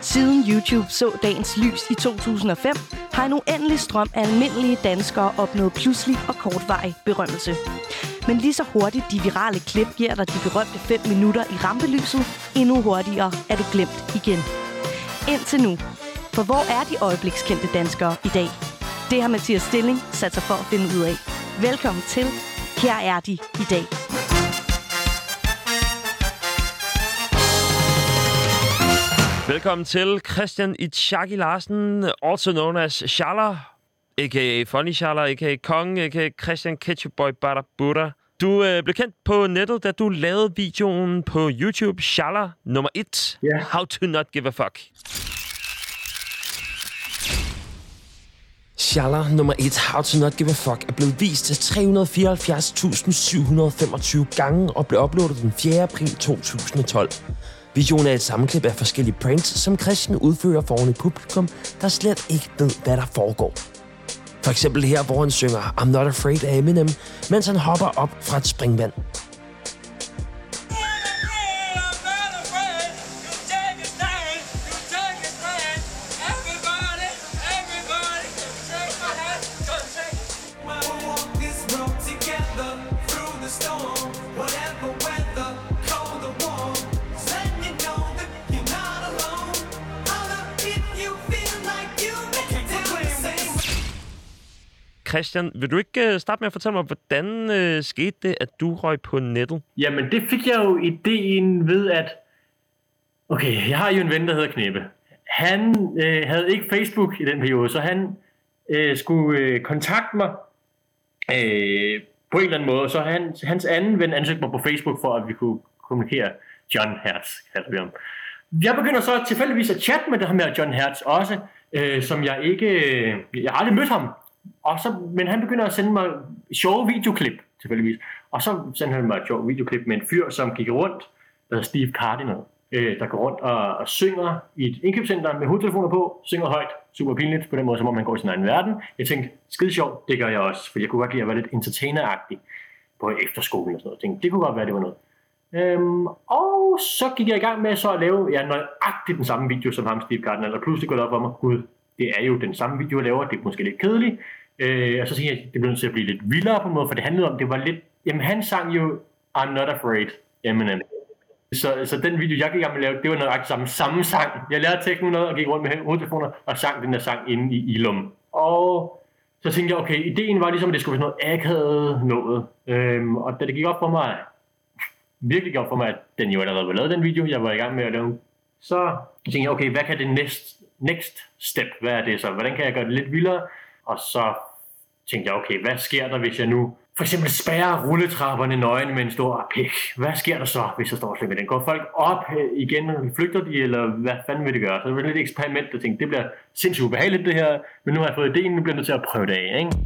Siden YouTube så dagens lys i 2005, har en uendelig strøm af almindelige danskere opnået pludselig og kortvarig berømmelse. Men lige så hurtigt de virale klip giver dig de berømte 5 minutter i rampelyset, endnu hurtigere er det glemt igen. Indtil nu. For hvor er de øjeblikskendte danskere i dag? Det har Mathias Stilling sat sig for at finde ud af. Velkommen til. Her er de i dag. Velkommen til Christian Itzhaki Larsen, also known as Schaller, a.k.a. Funny Schaller, a.k.a. Kong, a.k.a. Christian Ketchupboy Bada Buddha. Du blev kendt på nettet, da du lavede videoen på YouTube, Schaller nummer 1, yeah. How to not give a fuck. Schaller nummer 1, How to not give a fuck, er blevet vist til 374.725 gange og blev uploadet den 4. april 2012. Videoen er et sammenklip af forskellige pranks, som Christian udfører foran et publikum, der slet ikke ved, hvad der foregår. For eksempel her, hvor han synger I'm Not Afraid af Eminem, mens han hopper op fra et springvand. Christian, vil du ikke starte med at fortælle mig, hvordan skete det, at du røg på nettet? Jamen, det fik jeg jo ideen ved, at... Okay, jeg har jo en ven, der hedder Knæppe. Han havde ikke Facebook i den periode, så han skulle kontakte mig på en eller anden måde. Så hans anden ven ansøgte mig på Facebook, for at vi kunne kommunikere. John Hertz, kalder vi ham. Jeg begynder så tilfældigvis at chatte med det her med John Hertz også, som jeg ikke... Jeg har aldrig mødt ham. Men han begynder at sende mig sjove videoklip, tilfældigvis. Og så sendte han mig et sjovt videoklip med en fyr, som gik rundt, der hedder Steve Cardinal, der går rundt og synger i et indkøbscenter med hovedtelefoner på, synger højt, super pinligt, på den måde, som om han går i sin egen verden. Jeg tænkte, skide sjovt, det gør jeg også, for jeg kunne godt lide at være lidt entertainer-agtig på efterskolen og sådan noget. Jeg tænkte, det kunne godt være, det var noget. Og så gik jeg i gang med så at lave nøjagtigt den samme video som ham, Steve Cardinal, og pludselig går det op for mig, gud, det er jo den samme video, jeg laver, det er måske lidt kedeligt. Og så tænkte jeg, det blev nødt til at blive lidt vildere på en måde, for det handlede om, det var lidt... Jamen, han sang jo I'm Not Afraid, Eminem. Så den video, jeg gik i gang med at lave, det var nøjagtigt samme sang. Jeg lærte teknikken noget og gik rundt med hovedtelefoner og sang den der sang inde i Ilum. Og så tænkte jeg, okay, ideen var ligesom, at det skulle være sådan noget akavet noget. Og da det gik op for mig, virkelig op for mig, at den jo allerede var lavet, den video, jeg var i gang med at lave, så tænkte jeg, okay, hvad kan det next step, hvad er det så? Hvordan kan jeg gøre det lidt vildere? Og så tænkte jeg, okay, hvad sker der, hvis jeg nu for eksempel spærrer rulletrapperne nøgen med en stor pik? Hvad sker der så, hvis jeg står og slet med den? Går folk op igen, og flygter de, eller hvad fanden vil de gøre? Så det var lidt et eksperiment, jeg tænkte, det bliver sindssygt ubehageligt det her, men nu har jeg fået ideen, nu bliver jeg nødt til at prøve det af, ikke?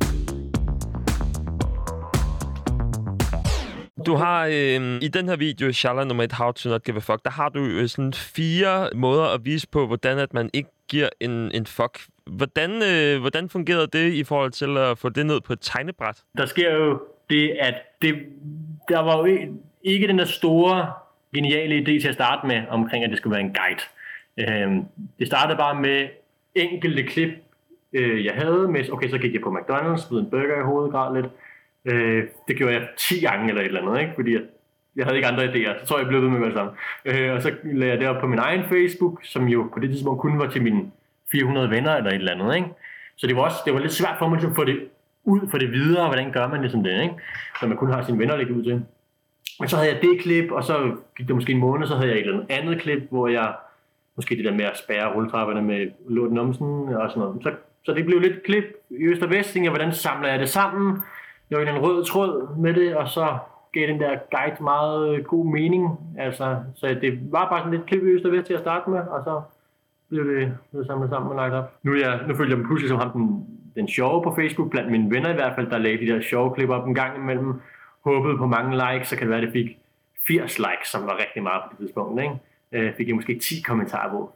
Du har i den her video, Schaller nummer 1, How to not give a fuck, der har du sådan 4 måder at vise på, hvordan at man ikke giver en fuck. Hvordan fungerede det i forhold til at få det ned på et tegnebræt? Der sker jo det, at der var jo ikke den der store, geniale idé til at starte med, omkring at det skulle være en guide. Det startede bare med enkelte klip, jeg havde med, okay, så gik jeg på McDonald's, smed en burger i hovedet, græd lidt. Det gjorde jeg 10 gange eller et eller andet, ikke? Fordi jeg havde ikke andre idéer. Så tror jeg blev ved med at gøre det samme. Og så lagde jeg det op på min egen Facebook, som jo på det tidspunkt kun var til mine 400 venner eller et eller andet, ikke? Så det var lidt svært for mig at få det ud, for det videre, hvordan gør man ligesom det, ikke? Så man kun har sine venner at lægge ud til. Men så havde jeg det klip, og så gik det måske en måned, så havde jeg et eller andet klip, hvor jeg måske det der med at spærre rulletrapperne med låten om sådan og sådan noget. Så det blev lidt klip i øst og vest, tænkte jeg, hvordan samler jeg det sammen? Jeg var en rød tråd med det, og så gav den der guide meget god mening. Altså, så det var bare sådan lidt klip i øst og vest til at starte med, og så blev det samlet sammen og lagt op. Nu følger jeg mig pludselig som ham den sjove på Facebook, blandt mine venner i hvert fald, der lagde de der sjove klip op en gang imellem. Håbede på mange likes, så kan det være, at det fik 80 likes, som var rigtig meget på det tidspunkt, ikke? Fik jeg måske 10 kommentarer på.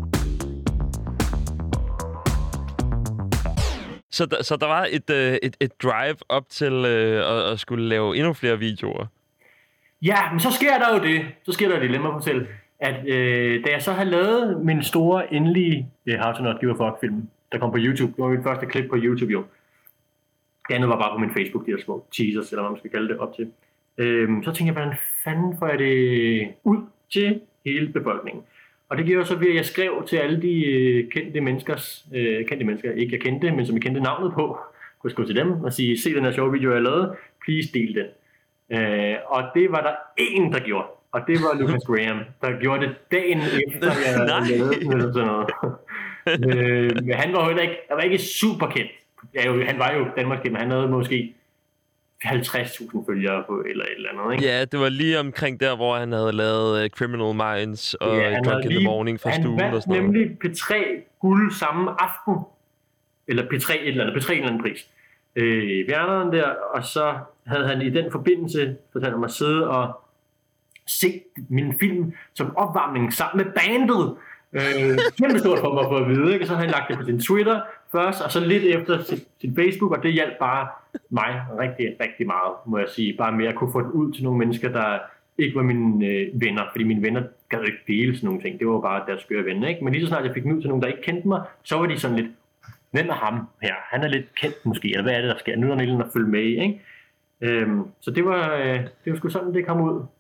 Så der var et drive op til at skulle lave endnu flere videoer? Ja, men så sker der jo det. Så sker der det, lad mig fortælle. at da jeg så havde lavet min store endelige How to Not Give a Fuck film, der kom på YouTube, det var mit første klip på YouTube jo. Det andet var bare på min Facebook, de der små teasers, eller hvad man skal kalde det, op til. Så tænkte jeg, hvordan fanden får jeg det ud til hele befolkningen? Og det gjorde så ved, at jeg skrev til alle de kendte mennesker, ikke jeg kendte, men som jeg kendte navnet på, kunne jeg skrive til dem og sige, se den her sjove video, jeg lavede, please del den. Og det var der en, der gjorde. Og det var Lucas Graham, der gjorde det dagen efter, jeg lavede den eller sådan noget. Men han var ikke super kendt. Han var jo Danmarks kendt, men han havde måske 50.000 følgere på eller et eller andet, ikke? Ja, det var lige omkring der, hvor han havde lavet Criminal Minds og Drunk in the Morning fra stuen og sådan noget. Han vandt nemlig P3 guld samme aften, eller P3 et eller andet pris. Bjerneren der, og så havde han i den forbindelse fortalt mig at sidde og se min film som opvarmning sammen med bandet. Kæmpe stort for mig for at vide, ikke? Så havde han lagt det på sin Twitter først, og så lidt efter sin Facebook, og det hjalp bare mig rigtig, rigtig meget, må jeg sige. Bare med at kunne få det ud til nogle mennesker, der ikke var mine venner, fordi mine venner gad ikke dele sådan nogle ting. Det var bare deres skøre venner, ikke? Men lige så snart jeg fik den ud til nogen, der ikke kendte mig, så var de sådan lidt, hvem er ham her? Han er lidt kendt måske, eller hvad er det, der sker? Nu er der en at følge med i, ikke? Så det var sgu sådan, det kom ud.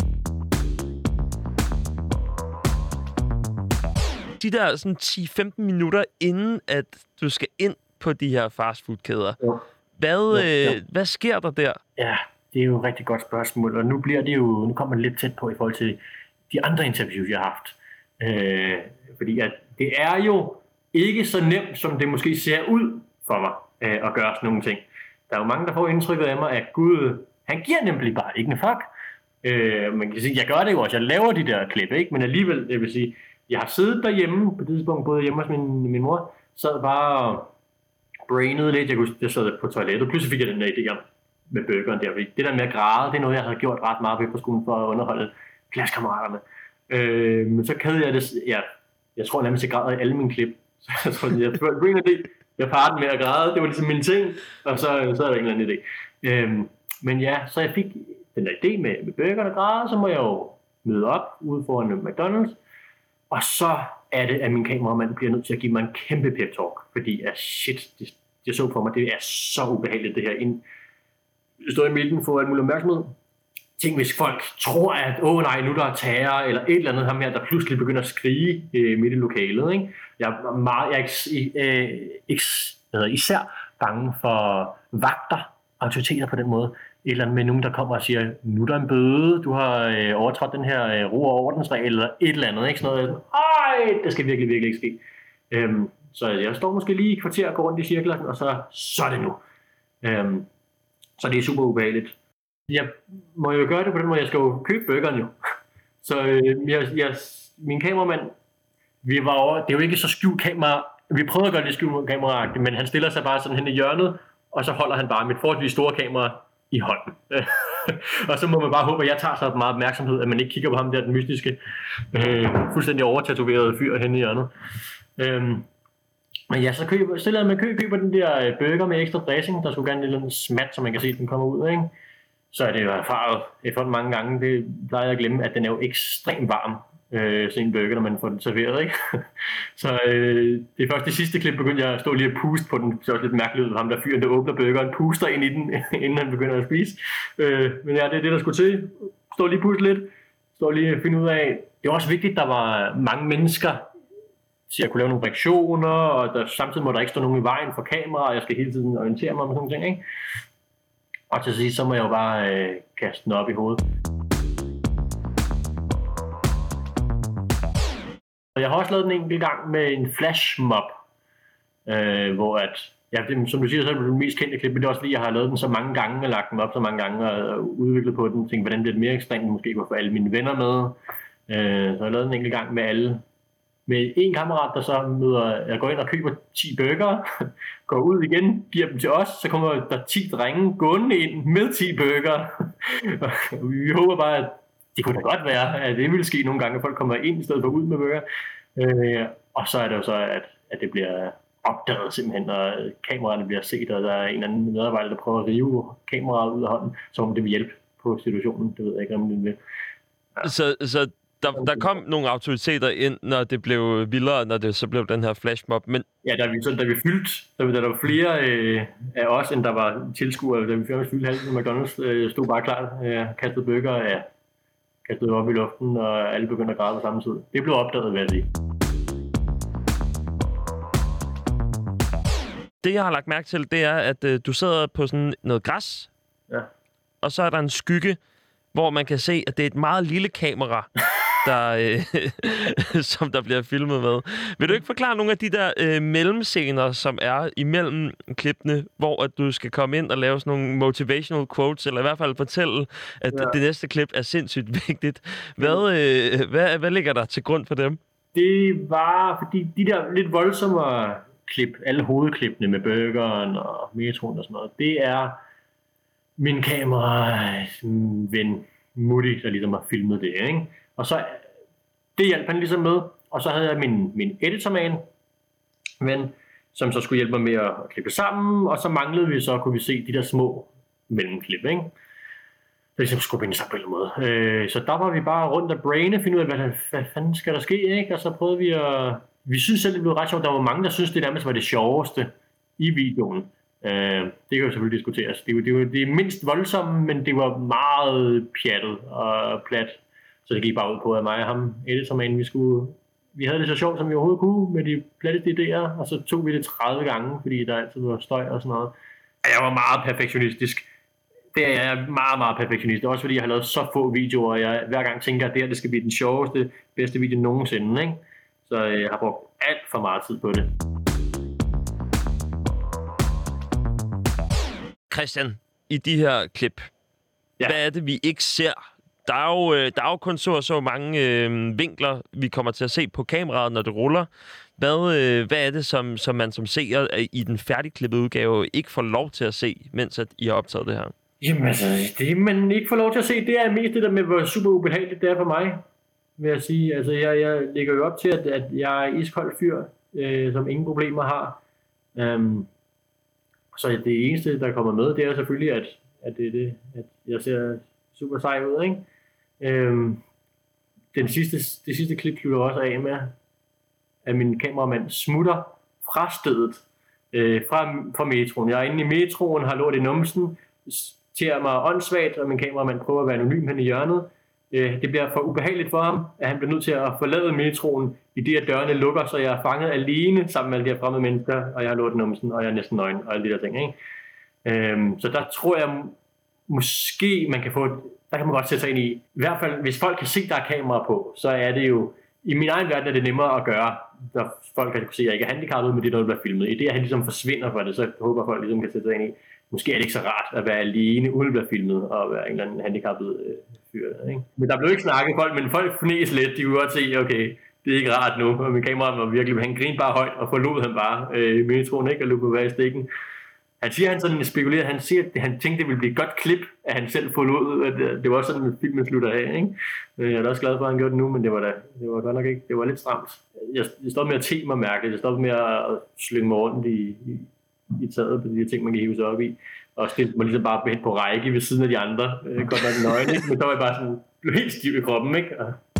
De der sådan 10-15 minutter inden, at du skal ind på de her fastfoodkæder. Ja. Hvad sker der der? Ja, det er jo et rigtig godt spørgsmål, og nu kommer man lidt tæt på i forhold til de andre interviews, jeg har haft. Fordi at det er jo ikke så nemt, som det måske ser ud for mig at gøre sådan nogle ting. Der er jo mange, der får indtrykket af mig, at Gud, han giver nemlig bare ikke en fuck. Man kan sige, jeg gør det jo også, jeg laver de der klip, ikke? Men alligevel, det vil sige, jeg har siddet derhjemme på det tidspunkt, både hjemme hos min mor, sad bare og brainede lidt. Jeg sad på toilettet, pludselig fik jeg den der idé med burgeren der. Det der med at græde, det er noget, jeg havde gjort ret meget ved på skolen for at underholde klassekammeraterne. Men så kædede jeg det, jeg tror nærmest, jeg græd i alle mine klip. Så jeg tror, jeg parrede med at græde, det var ligesom min ting, og så er der en eller anden idé. Men ja, så jeg fik den der idé med burgeren og græde, så må jeg jo møde op ude foran McDonald's. Og så er det, at min kameramand bliver nødt til at give mig en kæmpe pep talk, fordi jeg så for mig, det er så ubehageligt det her. Stå i midten, få alt muligt opmærksomhed. Tænk, hvis folk tror, at nej, nu der er terror, eller et eller andet ham her, der pludselig begynder at skrige midt i lokalet. Ikke? Jeg er især bange for vagter, autoriteter på den måde. Et eller andet med nogen, der kommer og siger, nu er der en bøde, du har overtrådt den her ro- og ordensregel, eller et eller andet, ikke? Sådan noget, det skal virkelig, virkelig ikke ske. Så jeg står måske lige i kvarter og går rundt i cirkler, og så er det nu. Så det er super ubehageligt. Jeg må jo gøre det på den måde, jeg skal jo købe burgeren jo. Så min kameramand, det er jo ikke så skjult kamera, vi prøvede at gøre det skjult kamera, men han stiller sig bare sådan hen i hjørnet, og så holder han bare mit forholdsvis store kamera i hånden. Og så må man bare håbe, at jeg tager så meget opmærksomhed, at man ikke kigger på ham der, den mystiske, fuldstændig overtatoverede fyr henne i hjørnet. Men ja, så stiller man køber den der burger med ekstra dressing, der skulle gerne en lille smat, så man kan se, at den kommer ud, ikke? Så er det jo erfaret efterhånden mange gange, det plejer jeg at glemme, at den er jo ekstremt varm, sådan en burger, når man får den serveret, ikke? Så det er først det sidste klip, begyndte jeg at stå lige og puste på den. Det er også lidt mærkeligt ud, ham der fyren, der åbner burgeren, puster ind i den, inden han begynder at spise. Men ja, det er det, der skulle til. Stå lige og puste lidt. Stå lige og finde ud af. Det er også vigtigt, at der var mange mennesker til at kunne lave nogle reaktioner, og der, samtidig må der ikke stå nogen i vejen for kamera, og jeg skal hele tiden orientere mig om sådan nogle ting, ikke? Og til sidst, så må jeg jo bare kaste den op i hovedet. Jeg har også lavet den en enkelt gang med en flashmob, hvor at, som du siger, så er det den mest kendte klip, men det er også fordi, jeg har lavet den så mange gange, og lagt den op så mange gange, og udviklet på den, tænkte, hvordan bliver det mere ekstremt, måske kunne få alle mine venner med. Så jeg har lavet den en enkelt gang med alle. Med en kammerat, der så jeg går ind og køber 10 burger, går ud igen, giver dem til os, så kommer der 10 drenge gående ind med 10 burger. Vi håber bare, at det kunne da godt være, at det ville ske nogle gange, at folk kommer ind i stedet for ud med burger. Og så er det jo så, at det bliver opdaget simpelthen, og kameraerne bliver set, og der er en eller anden medarbejder, der prøver at rive kameraet ud af hånden, så om det vil hjælpe på situationen. Det ved jeg ikke, om det vil. Ja. Så der kom nogle autoriteter ind, når det blev vildere, når det så blev den her flashmob, men... Ja, da vi fyldte, da der var flere af os, end der var tilskuere, da vi fyldte halvdelen, McDonald's stod bare klart, kastede bøger, kastede op i luften, og alle begyndte at græde på samme tid. Det blev opdaget, hvad jeg sige. Det, jeg har lagt mærke til, det er, at du sidder på sådan noget græs, og så er der en skygge, hvor man kan se, at det er et meget lille kamera, som der bliver filmet med. Vil du ikke forklare nogle af de der mellemscener, som er imellem klippene, hvor at du skal komme ind og lave sådan nogle motivational quotes, eller i hvert fald fortælle, at det næste klip er sindssygt vigtigt. Hvad ligger der til grund for dem? Det var, fordi de der lidt voldsommere klip, alle hovedklippene med burgeren og metroen og sådan noget, det er min kameraven Mutti, der ligesom har filmet det, ikke? Og så, det hjalp han ligesom med, og så havde jeg min editorman, som så skulle hjælpe mig med at klippe sammen, og så manglede vi så, kunne vi se de der små mellemklip, ikke? Så ligesom skulle binde sammen på en eller anden måde. Så der var vi bare rundt og braine, finde ud af, hvad fanden skal der ske, ikke? Og så prøvede vi at... Vi synes selv, det blev ret sjovt. Der var mange, der synes det nærmest var det sjoveste i videoen. Det kan jo selvfølgelig diskuteres. Det var det mindst voldsomme, men det var meget pjattet og plat. Så det gik bare ud på, at mig og ham, editorman, vi havde det så sjovt, som vi overhovedet kunne med de platteste idéer, og så tog vi det 30 gange, fordi der altid var støj og sådan noget. Jeg var meget perfektionistisk. Det er jeg meget, meget perfektionist. Også fordi jeg har lavet så få videoer, og jeg hver gang tænker, at det skal blive den sjoveste, bedste video nogensinde, ikke? Så jeg har brugt alt for meget tid på det. Christian, i de her klip, hvad er det, vi ikke ser? Der er jo kun så mange vinkler, vi kommer til at se på kameraet, når det ruller. Hvad er det, som man som seer i den færdigklippede udgave ikke får lov til at se, mens at I har optaget det her? Jamen altså, det man ikke får lov til at se, det er mest det der med, hvor super ubehageligt det er for mig, vil jeg sige. Altså, jeg lægger jo op til, at jeg er iskold fyr, som ingen problemer har. Så det eneste, der kommer med, det er selvfølgelig, at jeg ser super sej ud, ikke? Det sidste klip slutter også af med, at min kameramand smutter fra stedet, fra metroen. Jeg er inde i metroen, har lort i numsen, ser mig åndssvagt, og min kameramand prøver at være anonym hen i hjørnet. Det bliver for ubehageligt for ham, at han bliver nødt til at forlade metroen, i det at dørene lukker, så jeg er fanget alene sammen med alle de her fremmede mennesker, og jeg har lort i numsen, og jeg er næsten nøgen, og alle de der ting, ikke? Så der tror jeg måske, man kan få... Der kan man godt sætte sig ind i hvert fald, hvis folk kan se, der er kamera på, så er det jo... I min egen verden er det nemmere at gøre, når folk kan se, at jeg ikke er handicappet, men det er noget, der bliver filmet. I det, at han ligesom forsvinder fra det, så håber folk ligesom kan sætte sig ind i. Måske er det ikke så rart at være alene, uden at blive filmet, og være en eller anden handicappet fyr. Ikke? Men der blev ikke snakket folk, men folk fnæs lidt. De kunne godt se, okay, det er ikke rart nu. Og min kamera var virkelig, han grinede bare højt, og forlod han bare metroen, ikke? Og løb være i stikken. Han siger, han sådan spekulerer, han siger, at han tænkte, det ville blive et godt klip, at han selv forlod, at det var også sådan, at filmen slutter af, ikke? Jeg er også glad for, at han gjorde det nu, men det var godt nok ikke, det var lidt stramt. Jeg stoppede med at te mig mærkeligt, jeg stoppede med at slynge mig rundt i taget på de ting, man kan hive sig op i, og stille mig ligesom bare hen på række ved siden af de andre, godt nok nøgne, ikke? Men så var jeg bare sådan, blev helt stiv i kroppen, ikke?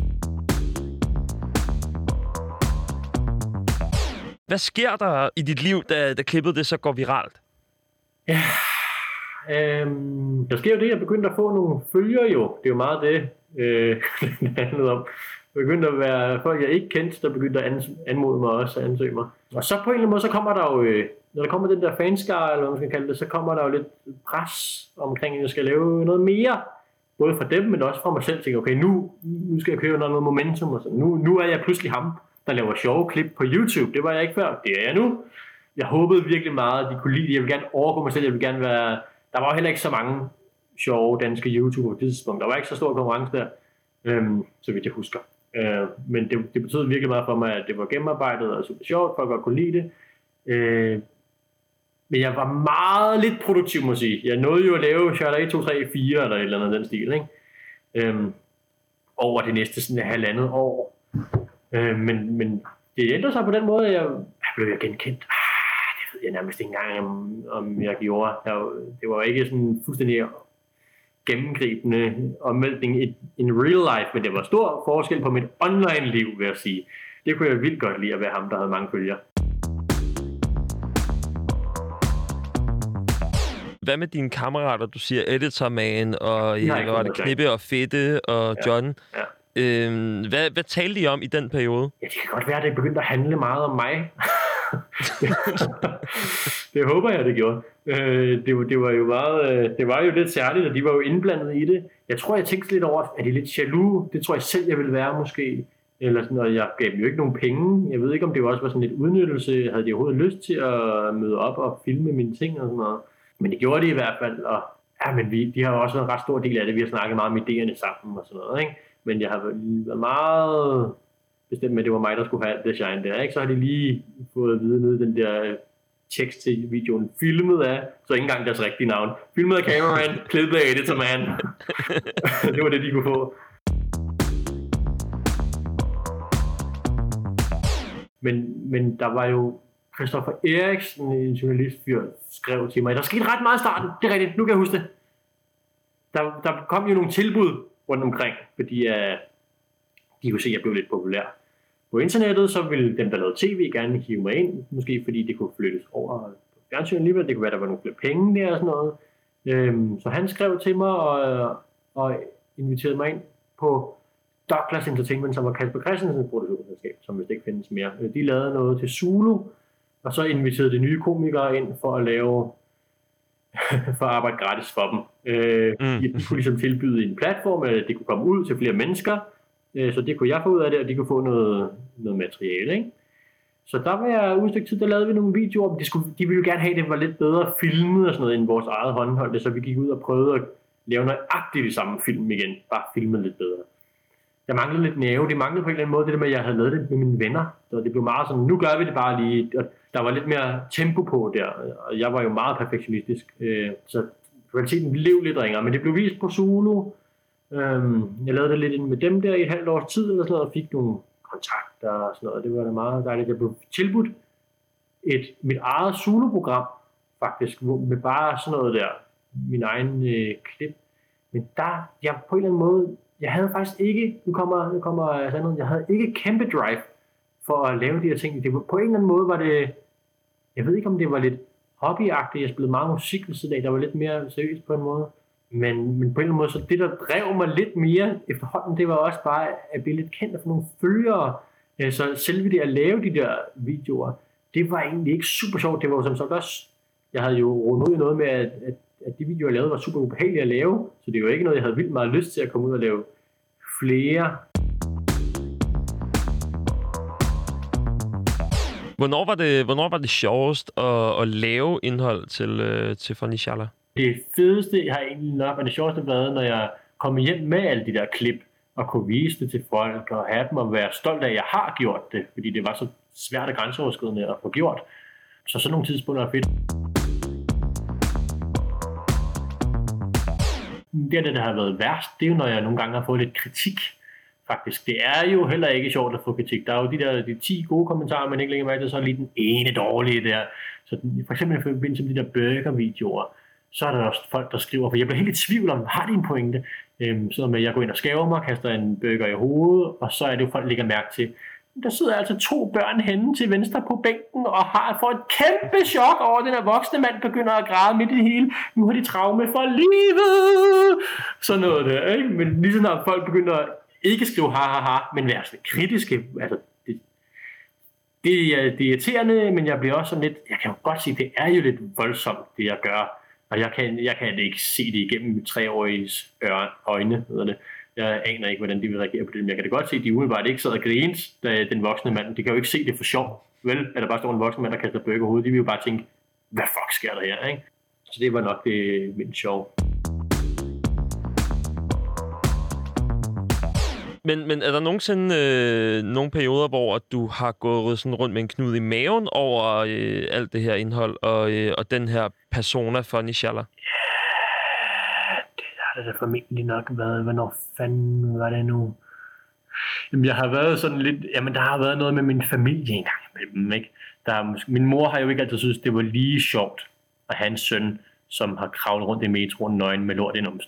Hvad sker der i dit liv, da klippet det så går viralt? Ja, der sker jo det, jeg begyndte at få nogle følgere jo. Det er jo meget det handlede om. Der begyndte at være folk, jeg ikke kendte, der begyndte at anmode mig også, at ansøge mig. Og så på en eller anden måde, så kommer der jo, når der kommer den der fanskare, eller hvad man skal kalde det, så kommer der jo lidt pres omkring, at jeg skal lave noget mere. Både for dem, men også for mig selv. Tænker, okay, nu skal jeg købe noget momentum. Og så. Nu er jeg pludselig ham, der laver sjove klip på YouTube. Det var jeg ikke før. Det er jeg nu. Jeg håbede virkelig meget, at de kunne lide det. Jeg vil gerne overgå mig selv. Jeg vil gerne være... Der var heller ikke så mange sjove danske YouTubere på det tidspunkt. Der var ikke så stor konkurrence der, så vidt jeg husker. Men det betød virkelig meget for mig, at det var gennemarbejdet og super sjovt. Folk godt kunne lide det. Men jeg var meget lidt produktiv, må jeg sige. Jeg nåede jo at lave Sharla 1, 2, 3, 4 eller et eller andet den stil, ikke? Over det næste sådan halvandet år. Men det ændrede sig på den måde, at jeg blev genkendt. Det ved jeg nærmest ikke engang, om jeg gjorde. Det var ikke sådan fuldstændig gennemgribende omvæltning in real life, men det var stor forskel på mit online-liv, vil jeg sige. Det kunne jeg vildt godt lide at være ham, der havde mange følgere. Hvad med dine kammerater? Du siger Editorman og Knippe og Fedte og John. Ja. Hvad talte I om i den periode? Ja, det kan godt være, at det begyndte at handle meget om mig. Det håber jeg, det gjorde. Det var jo meget, det var jo lidt særligt, og de var jo indblandet i det. Jeg tror, jeg tænkte lidt over, at de er lidt jaloux. Det tror jeg selv, jeg ville være måske. Eller sådan, og jeg gav dem jo ikke nogen penge. Jeg ved ikke, om det også var sådan lidt udnyttelse. Havde de overhovedet lyst til at møde op og filme mine ting og sådan noget. Men det gjorde de i hvert fald. Og ja, men de har jo også en ret stor del af det. Vi har snakket meget om idéerne sammen og sådan noget, ikke? Men jeg har været meget bestemt med, at det var mig, der skulle have alt det shine der, ikke? Så har de lige fået at vide nede den der tekst til videoen. Filmet af, så ikke engang deres rigtige navn. Filmet af cameraman, klippet af editorman. Det var det, de kunne få. Men der var jo Christoffer Eriksen, en journalistfyr, skrev til mig, der skete ret meget i starten. Det er rigtigt, nu kan jeg huske det. Der kom jo nogle tilbud rundt omkring, fordi de kunne se, at jeg blev lidt populær på internettet, så ville dem, der lavede tv, gerne hive mig ind, måske fordi det kunne flyttes over på fjernsyn alligevel. Det kunne være, der var nogle flere penge der og sådan noget. Så han skrev til mig og inviterede mig ind på Douglas Entertainment, som var Kasper Christensens produktionsselskab, som vist ikke findes mere. De lavede noget til Zulu, og så inviterede de nye komikere ind for at arbejde gratis for dem. De kunne ligesom tilbyde en platform, at det kunne komme ud til flere mennesker, så det kunne jeg få ud af det, og de kunne få noget materiale, ikke? Så der var jeg ude et stykke tid, der lavede vi nogle videoer, de ville jo gerne have, at det var lidt bedre filmet og sådan noget, end vores eget håndhold, så vi gik ud og prøvede at lave nøjagtigt det samme film igen, bare filmet lidt bedre. Jeg manglede lidt nerve, det manglede på en eller anden måde det der med, at jeg havde lavet det med mine venner, så det blev meget sådan, nu gør vi det bare lige, og der var lidt mere tempo på der, og jeg var jo meget perfektionistisk, så kvaliteten blev lidt ringere, men det blev vist på Zulu. Jeg lavede det lidt med dem der i et halvt års tid eller sådan noget, og fik nogle kontakter og sådan noget, det var da meget dejligt. Jeg blev tilbudt mit eget Zulu-program, faktisk, med bare sådan noget der, min egen klip, men der, jeg på en eller anden måde, jeg havde faktisk ikke, nu kommer sandheden, jeg havde ikke kæmpe drive for at lave de her ting. Det var, på en eller anden måde var det, jeg ved ikke om det var lidt hobbyagtigt, jeg spillede meget musik ved siden af, der var lidt mere seriøst på en måde. Men på en eller anden måde, så det der drev mig lidt mere efterhånden, det var også bare at blive lidt kendt og få nogle følgere. Så selve det at lave de der videoer, det var egentlig ikke super sjovt. Det var jo som sagt også, jeg havde jo rundet ud i noget med, at de videoer, jeg lavede, var super ubehagelige at lave. Så det var ikke noget, jeg havde vildt meget lyst til at komme ud og lave flere. Hvornår var det sjovest at lave indhold til Funny Charla? Det fedeste har egentlig nok, og det sjoveste været, når jeg kom hjem med alle de der klip, og kunne vise det til folk, og have dem, og være stolt af, at jeg har gjort det, fordi det var så svært og grænseoverskridende at få gjort. Så sådan nogle tidspunkter er fedt. Det, der har været værst, det er jo, når jeg nogle gange har fået lidt kritik, faktisk. Det er jo heller ikke sjovt at få kritik. Der er jo de 10 gode kommentarer, men ikke længere med, så er lige den ene dårlige der. Så for eksempel i forbindelse med de der burger-videoer, så er der også folk, der skriver, for jeg bliver helt i tvivl om, har de en pointe? Så med, jeg går ind og skæver mig, kaster en burger i hovedet, og så er det jo folk, der lægger mærke til, der sidder altså 2 børn henne til venstre på bænken, og får et kæmpe chok over, at den her voksne mand begynder at græde midt i det hele. Nu har de traume for livet! Sådan noget der, ikke? Men lige så når folk begynder at ikke skrive ha, men være sådan kritiske, altså det er irriterende, men jeg bliver også sådan lidt, jeg kan jo godt sige, det er jo lidt voldsomt, det jeg gør. Og jeg kan ikke se det igennem 3-åriges øjne. Jeg aner ikke, hvordan de vil reagere på det, men jeg kan da godt se, at de umiddelbart ikke sad og grines, da den voksne mand. De kan jo ikke se det for sjov. Vel, at der bare står en voksen mand, der kaster burger i hovedet. De vil jo bare tænke, hvad fuck sker der her, ikke? Så det var nok det mindst sjov. Men er der nogensinde nogle perioder, hvor du har gået sådan rundt med en knude i maven over alt det her indhold og den her persona Funny Charla? Ja, det har det da formentlig nok været. Hvornår fanden var det nu? Jamen, jeg har været sådan lidt... Jamen, der har været noget med min familie engang imellem, ikke? Min mor har jo ikke altid synes, det var lige sjovt at have en søn, som har kravlet rundt i metroen nøgen med lort i numsen.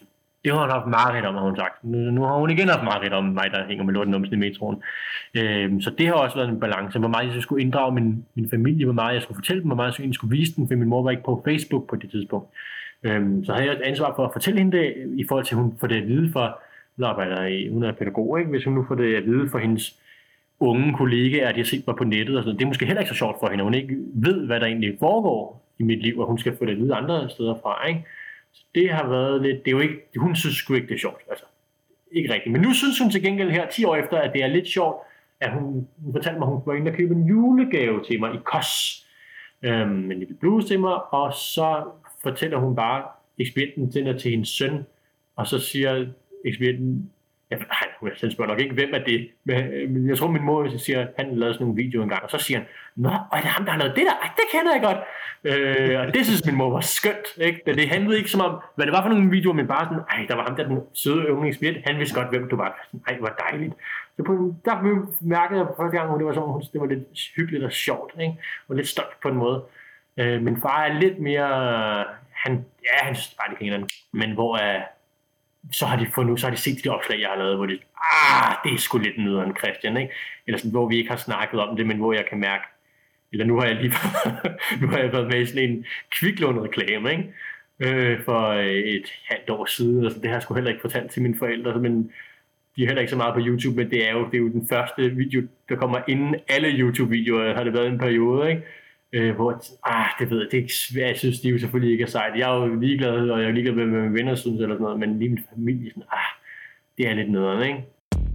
Det har hun haft mareridt om, har hun sagt. Nu har hun igen haft mareridt om mig, der hænger med lortenumsen i metroen. Så det har også været en balance. Hvor meget jeg skulle inddrage min familie, hvor meget jeg skulle fortælle dem, hvor meget jeg skulle vise dem, for min mor var ikke på Facebook på det tidspunkt. Så havde jeg et ansvar for at fortælle hende det, i forhold til, at hun får det at vide for, hun er pædagog, ikke? Hvis hun nu får det at vide for hendes unge kollegaer, at de har set mig på nettet og sådan. Det er måske heller ikke så sjovt for hende, hun ikke ved, hvad der egentlig foregår i mit liv, og hun skal få det at vide andre steder fra, ikke? Så det har været lidt, det er jo ikke, hun synes sgu ikke, det er sjovt, altså. Ikke rigtigt. Men nu synes hun til gengæld her, 10 år efter, at det er lidt sjovt, at hun fortalte mig, at hun var inde og købe en julegave til mig i KOS. En lille bluse til mig, og så fortæller hun bare, ekspedienten sender til hendes søn, og så siger ekspedienten, han spørger nok ikke, hvem er det, men jeg tror min mor siger, at han lavede sådan nogle videoer engang, og så siger han, nå, og er det ham, der har lavet det der? Ej, det kender jeg godt. Og det synes min mor var skønt, ikke? Det handlede ikke som om, hvad det var for nogle videoer, men bare sådan, der var ham der, den søde unge ekspedient, han vidste godt, hvem du var. Ej, hvor dejligt. Så der mærkede jeg første gang, det var sådan, det var lidt hyggeligt og sjovt, ikke? Og lidt stolt på en måde. Min far er lidt mere, han synes bare, det kan hinanden, men hvor så har de set de opslag, jeg har lavet, hvor det er sgu lidt nederen, Christian, ikke? Eller sådan, hvor vi ikke har snakket om det, men hvor jeg kan mærke, eller nu har jeg været med i sådan en Kviklån-reklame, ikke? For et halvt år siden, altså det har jeg sgu heller ikke fortalt til mine forældre, men de er heller ikke så meget på YouTube, men det er jo den første video, der kommer inden alle YouTube-videoer, har det været en periode, ikke? Hvor det ved jeg, det er ikke svært. Jeg synes, de jo selvfølgelig ikke er sejt. Jeg er jo ligeglad, og jeg er ligeglad med mine venner synes eller sådan noget, men lige min familie sådan, det er lidt nederen, ikke?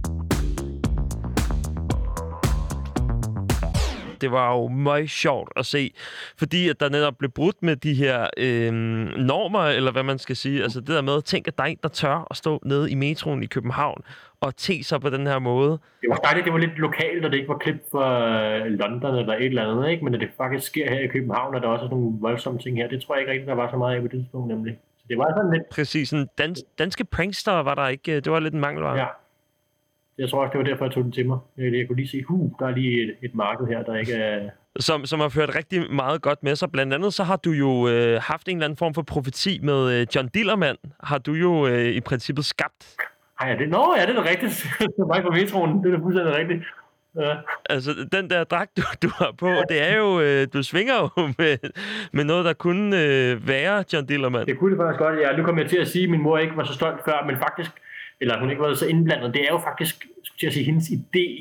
Det var jo meget sjovt at se, fordi at der netop blev brudt med de her normer, eller hvad man skal sige. Altså det der med, tænk at der er en, der tør at stå nede i metroen i København og te sig på den her måde. Det var dejligt, det var lidt lokalt, og det ikke var klip fra London eller et eller andet, ikke? Men at det faktisk sker her i København, og der også er nogle voldsomme ting her, det tror jeg ikke rigtig, der var så meget af på det tidspunkt, nemlig. Så det var sådan lidt... Præcis, sådan danske prankster var der ikke, det var lidt en mangelvare. Ja. Jeg tror også, det var derfor, jeg tog den til mig. Jeg kunne lige se, der er lige et marked her, der ikke er... Som har ført rigtig meget godt med sig. Blandt andet så har du jo haft en eller anden form for profeti med John Dillermand. Har du jo i princippet skabt. Ja, det er da rigtigt. Det er mig på metroen. Det er da fuldstændig rigtigt. Ja. Altså, den der dragt, du har på, det er jo... du svinger jo med noget, der kunne være John Dillermand. Det kunne det faktisk godt. Ja, nu kommer jeg til at sige, at min mor ikke var så stolt før, men faktisk... Eller hun ikke var så indblandet. Det er jo faktisk, skulle jeg sige, hendes idé.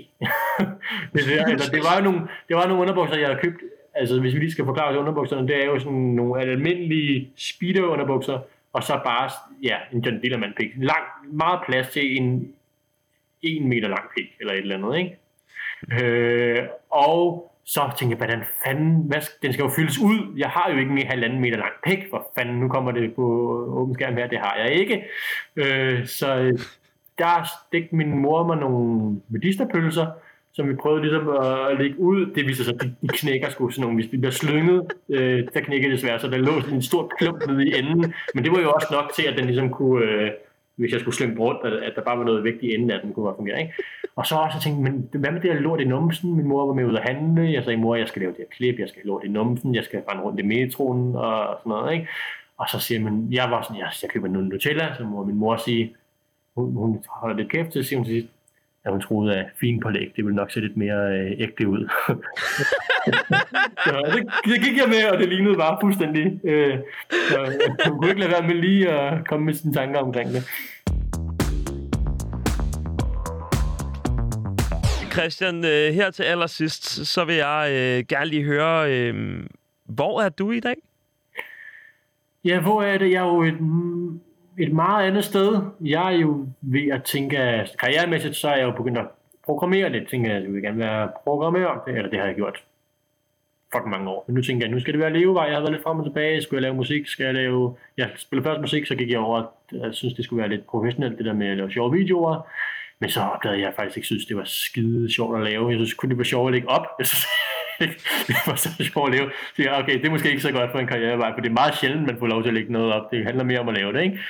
det var nogle underbukser, jeg havde købt. Altså, hvis vi lige skal forklare os underbukserne, det er jo sådan nogle almindelige speedo-underbukser, og så bare, en John Dillermand-pik. Meget plads til en 1 meter lang pik, eller et eller andet, ikke? Og så tænkte jeg, hvordan fanden, den skal jo fyldes ud. Jeg har jo ikke en 1,5 meter lang pik, for fanden, nu kommer det på åben skærm her, det har jeg ikke. Så der stikte min mor mig nogle medisterpølser, som vi prøvede ligesom at lægge ud. Det viser sig, at de knækker sgu sådan nogle, hvis de bliver slynget, der knækker det svært, så der lå sådan en stor klump nede i enden. Men det var jo også nok til, at den ligesom kunne, hvis jeg skulle slynge rundt, at der bare var noget vægt i enden af den, kunne fungere, ikke? Og så også tænkte jeg, men hvad med det her lort i numsen? Min mor var med ud at handle. Jeg sagde, mor, jeg skal lave det her klip, jeg skal have lort i numsen, jeg skal rende rundt i metroen og sådan noget, ikke? Og så siger man, jeg var sådan, jeg køber noget Nutella, så må min mor sige, hun holder lidt kæft til, siger hun til sidst, at hun troede, at finpålæg, det ville nok se lidt mere ægte ud. Så det gik jeg med, og det lignede bare fuldstændig. Hun kunne ikke lade være med lige at komme med sine tanker omkring det. Christian, her til allersidst, så vil jeg gerne lige høre, hvor er du i dag? Ja, hvor er det? Jeg er jo et meget andet sted. Jeg er jo ved at tænke, at karrieremæssigt, så er jeg jo begyndt at programmere lidt. Tænker jeg vil gerne være programmerer, eller det har jeg gjort fucking mange år. Men nu tænker jeg, nu skal det være levevej. Jeg har været lidt frem og tilbage. Skulle jeg lave musik? Jeg spillede først musik, så gik jeg over, at jeg synes, det skulle være lidt professionelt, det der med at lave sjove videoer. Men så opdagede jeg faktisk ikke synes, det var skide sjovt at lave. Jeg synes kun, det var sjovt at lægge op. Jeg synes det var så sjovt at lave. Så jeg, okay, det er måske ikke så godt for en karrierevej, for det er meget sjældent, man får lov til at lægge noget op. Det handler mere om at lave det, ikke?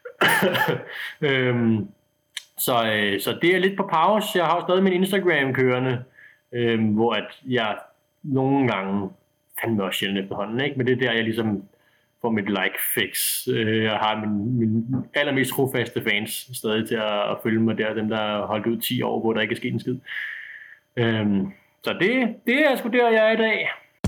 Så det er lidt på pause. Jeg har jo stadig min Instagram kørende, hvor at jeg nogle gange fandme også sjældent efterhånden, ikke? Men det er der, jeg ligesom får mit like-fix. Jeg har min allermest trofaste fans stadig til at følge mig der, dem der har holdt ud 10 år, hvor der ikke er sket en skid. Så det er sgu der, jeg er i dag.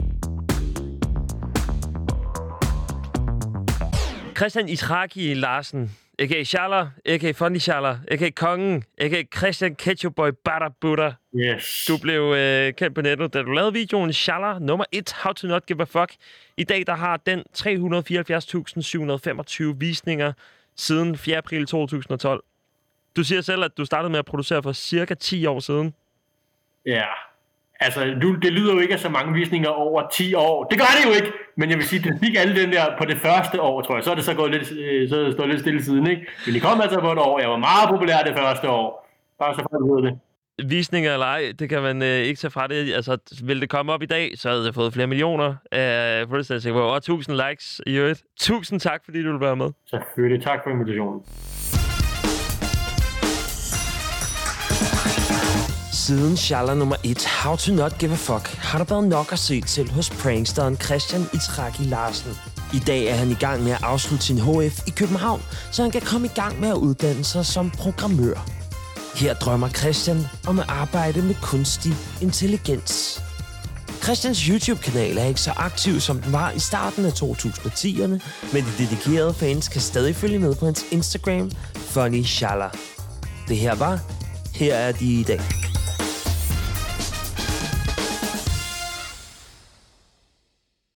Christian Itzhaki Larsen, a.k.a. Schaller, a.k.a. Funny Schaller, a.k.a. Kongen, a.k.a. Christian Ketchupboy Bada Buddha. Yes. Du blev kendt på nettet, da du lavede videoen Schaller nummer 1, How to Not Give a Fuck. I dag der har den 374.725 visninger siden 4. april 2012. Du siger selv, at du startede med at producere for cirka 10 år siden. Ja, altså det lyder jo ikke af så mange visninger over 10 år. Det gør det jo ikke, men jeg vil sige, at du fik alle den der på det første år, tror jeg. Så er det så gået lidt, så står lidt stille siden, ikke? Men I kom altså på et år. Jeg var meget populær det første år. Bare så folk ved det. Visninger eller ej, det kan man ikke tage fra det. Altså, vil det komme op i dag, så havde jeg fået flere millioner. Fuldstændig sikkert. Og 1000 likes i øvrigt. Tusind tak, fordi du ville være med. Selvfølgelig. Tak for invitationen. Siden Schaller nummer 1, How to Not Give a Fuck, har der været nok at se til hos pranksteren Christian Itzhaki Larsen. I dag er han i gang med at afslutte sin HF i København, så han kan komme i gang med at uddanne sig som programmør. Her drømmer Christian om at arbejde med kunstig intelligens. Christians YouTube-kanal er ikke så aktiv, som den var i starten af 2010'erne, men de dedikerede fans kan stadig følge med på hans Instagram, Funny Schaller. Det her er de i dag.